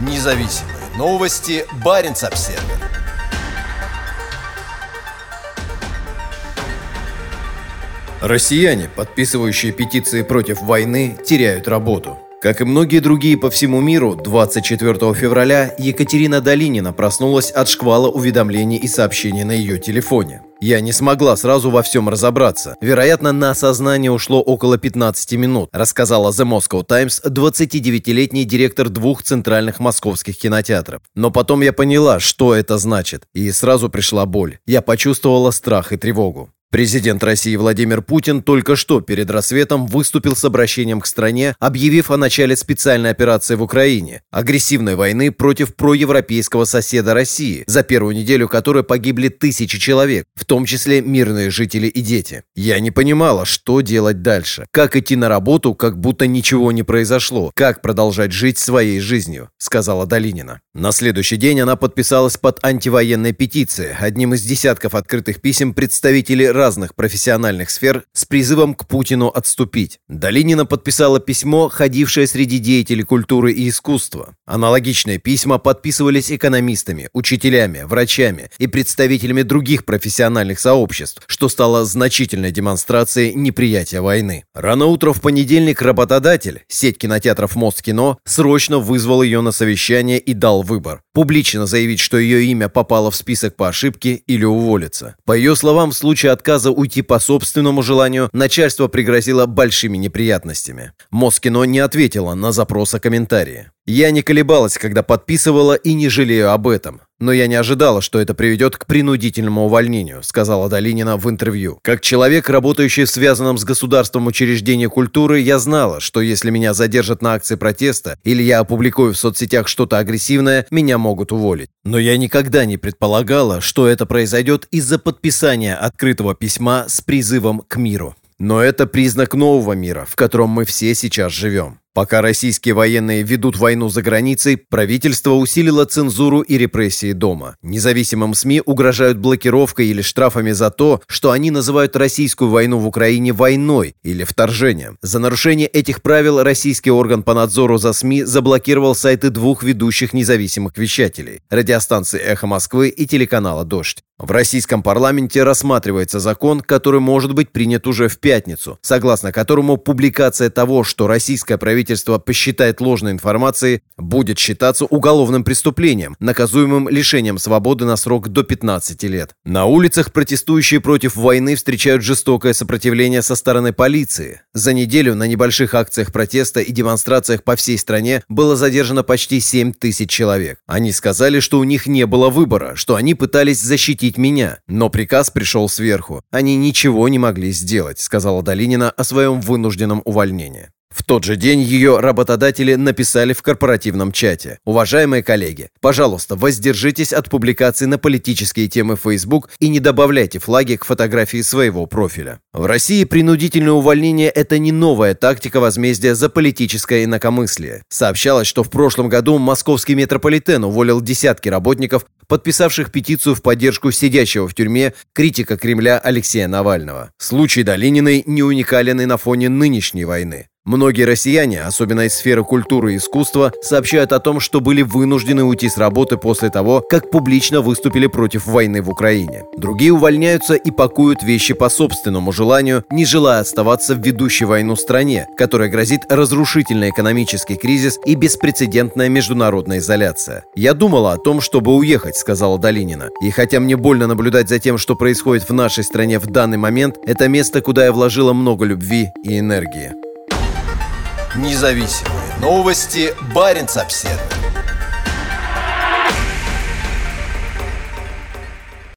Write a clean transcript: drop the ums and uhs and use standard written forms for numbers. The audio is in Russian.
Независимые новости. Баренц-Обсервер. Россияне, подписывающие петиции против войны, теряют работу. Как и многие другие по всему миру, 24 февраля Екатерина Долинина проснулась от шквала уведомлений и сообщений на ее телефоне. «Я не смогла сразу во всем разобраться. Вероятно, на осознание ушло около 15 минут», рассказала The Moscow Times 29-летний директор двух центральных московских кинотеатров. «Но потом я поняла, что это значит, и сразу пришла боль. Я почувствовала страх и тревогу». Президент России Владимир Путин только что перед рассветом выступил с обращением к стране, объявив о начале специальной операции в Украине, агрессивной войны против проевропейского соседа России, за первую неделю которой погибли тысячи человек, в том числе мирные жители и дети. «Я не понимала, что делать дальше, как идти на работу, как будто ничего не произошло, как продолжать жить своей жизнью», сказала Долинина. На следующий день она подписалась под антивоенной петицией, одним из десятков открытых писем представителей разных профессиональных сфер с призывом к Путину отступить. Долинина подписала письмо, ходившее среди деятелей культуры и искусства. Аналогичные письма подписывались экономистами, учителями, врачами и представителями других профессиональных сообществ, что стало значительной демонстрацией неприятия войны. Рано утром в понедельник работодатель, сеть кинотеатров Москино, срочно вызвал ее на совещание и дал выбор: публично заявить, что ее имя попало в список по ошибке, или уволиться. По ее словам, в случае отказа уйти по собственному желанию, начальство пригрозило большими неприятностями. Москино не ответила на запрос о комментарии. «Я не колебалась, когда подписывала, и не жалею об этом. Но я не ожидала, что это приведет к принудительному увольнению», сказала Долинина в интервью. «Как человек, работающий в связанном с государством учреждении культуры, я знала, что если меня задержат на акции протеста или я опубликую в соцсетях что-то агрессивное, меня могут уволить. Но я никогда не предполагала, что это произойдет из-за подписания открытого письма с призывом к миру. Но это признак нового мира, в котором мы все сейчас живем. Пока российские военные ведут войну за границей, правительство усилило цензуру и репрессии дома. Независимым СМИ угрожают блокировкой или штрафами за то, что они называют российскую войну в Украине войной или вторжением. За нарушение этих правил российский орган по надзору за СМИ заблокировал сайты двух ведущих независимых вещателей – радиостанции «Эхо Москвы» и телеканала «Дождь». В российском парламенте рассматривается закон, который может быть принят уже в пятницу, согласно которому публикация того, что российское правительство посчитает ложной информацией, будет считаться уголовным преступлением, наказуемым лишением свободы на срок до 15 лет. На улицах протестующие против войны встречают жестокое сопротивление со стороны полиции. За неделю на небольших акциях протеста и демонстрациях по всей стране было задержано почти 7 тысяч человек. Они сказали, что у них не было выбора, что они пытались защитить меня, но приказ пришел сверху. Они ничего не могли сделать, сказала Долинина о своем вынужденном увольнении. В тот же день ее работодатели написали в корпоративном чате: «Уважаемые коллеги, пожалуйста, воздержитесь от публикаций на политические темы в Facebook и не добавляйте флаги к фотографии своего профиля». В России принудительное увольнение – это не новая тактика возмездия за политическое инакомыслие. Сообщалось, что в прошлом году московский метрополитен уволил десятки работников, подписавших петицию в поддержку сидящего в тюрьме критика Кремля Алексея Навального. Случай Долининой не уникален и на фоне нынешней войны. Многие россияне, особенно из сферы культуры и искусства, сообщают о том, что были вынуждены уйти с работы после того, как публично выступили против войны в Украине. Другие увольняются и пакуют вещи по собственному желанию, не желая оставаться в ведущей войну стране, которой грозит разрушительный экономический кризис и беспрецедентная международная изоляция. «Я думала о том, чтобы уехать», — сказала Долинина. «И хотя мне больно наблюдать за тем, что происходит в нашей стране в данный момент, это место, куда я вложила много любви и энергии». Независимые новости. Баренц-Обсервер.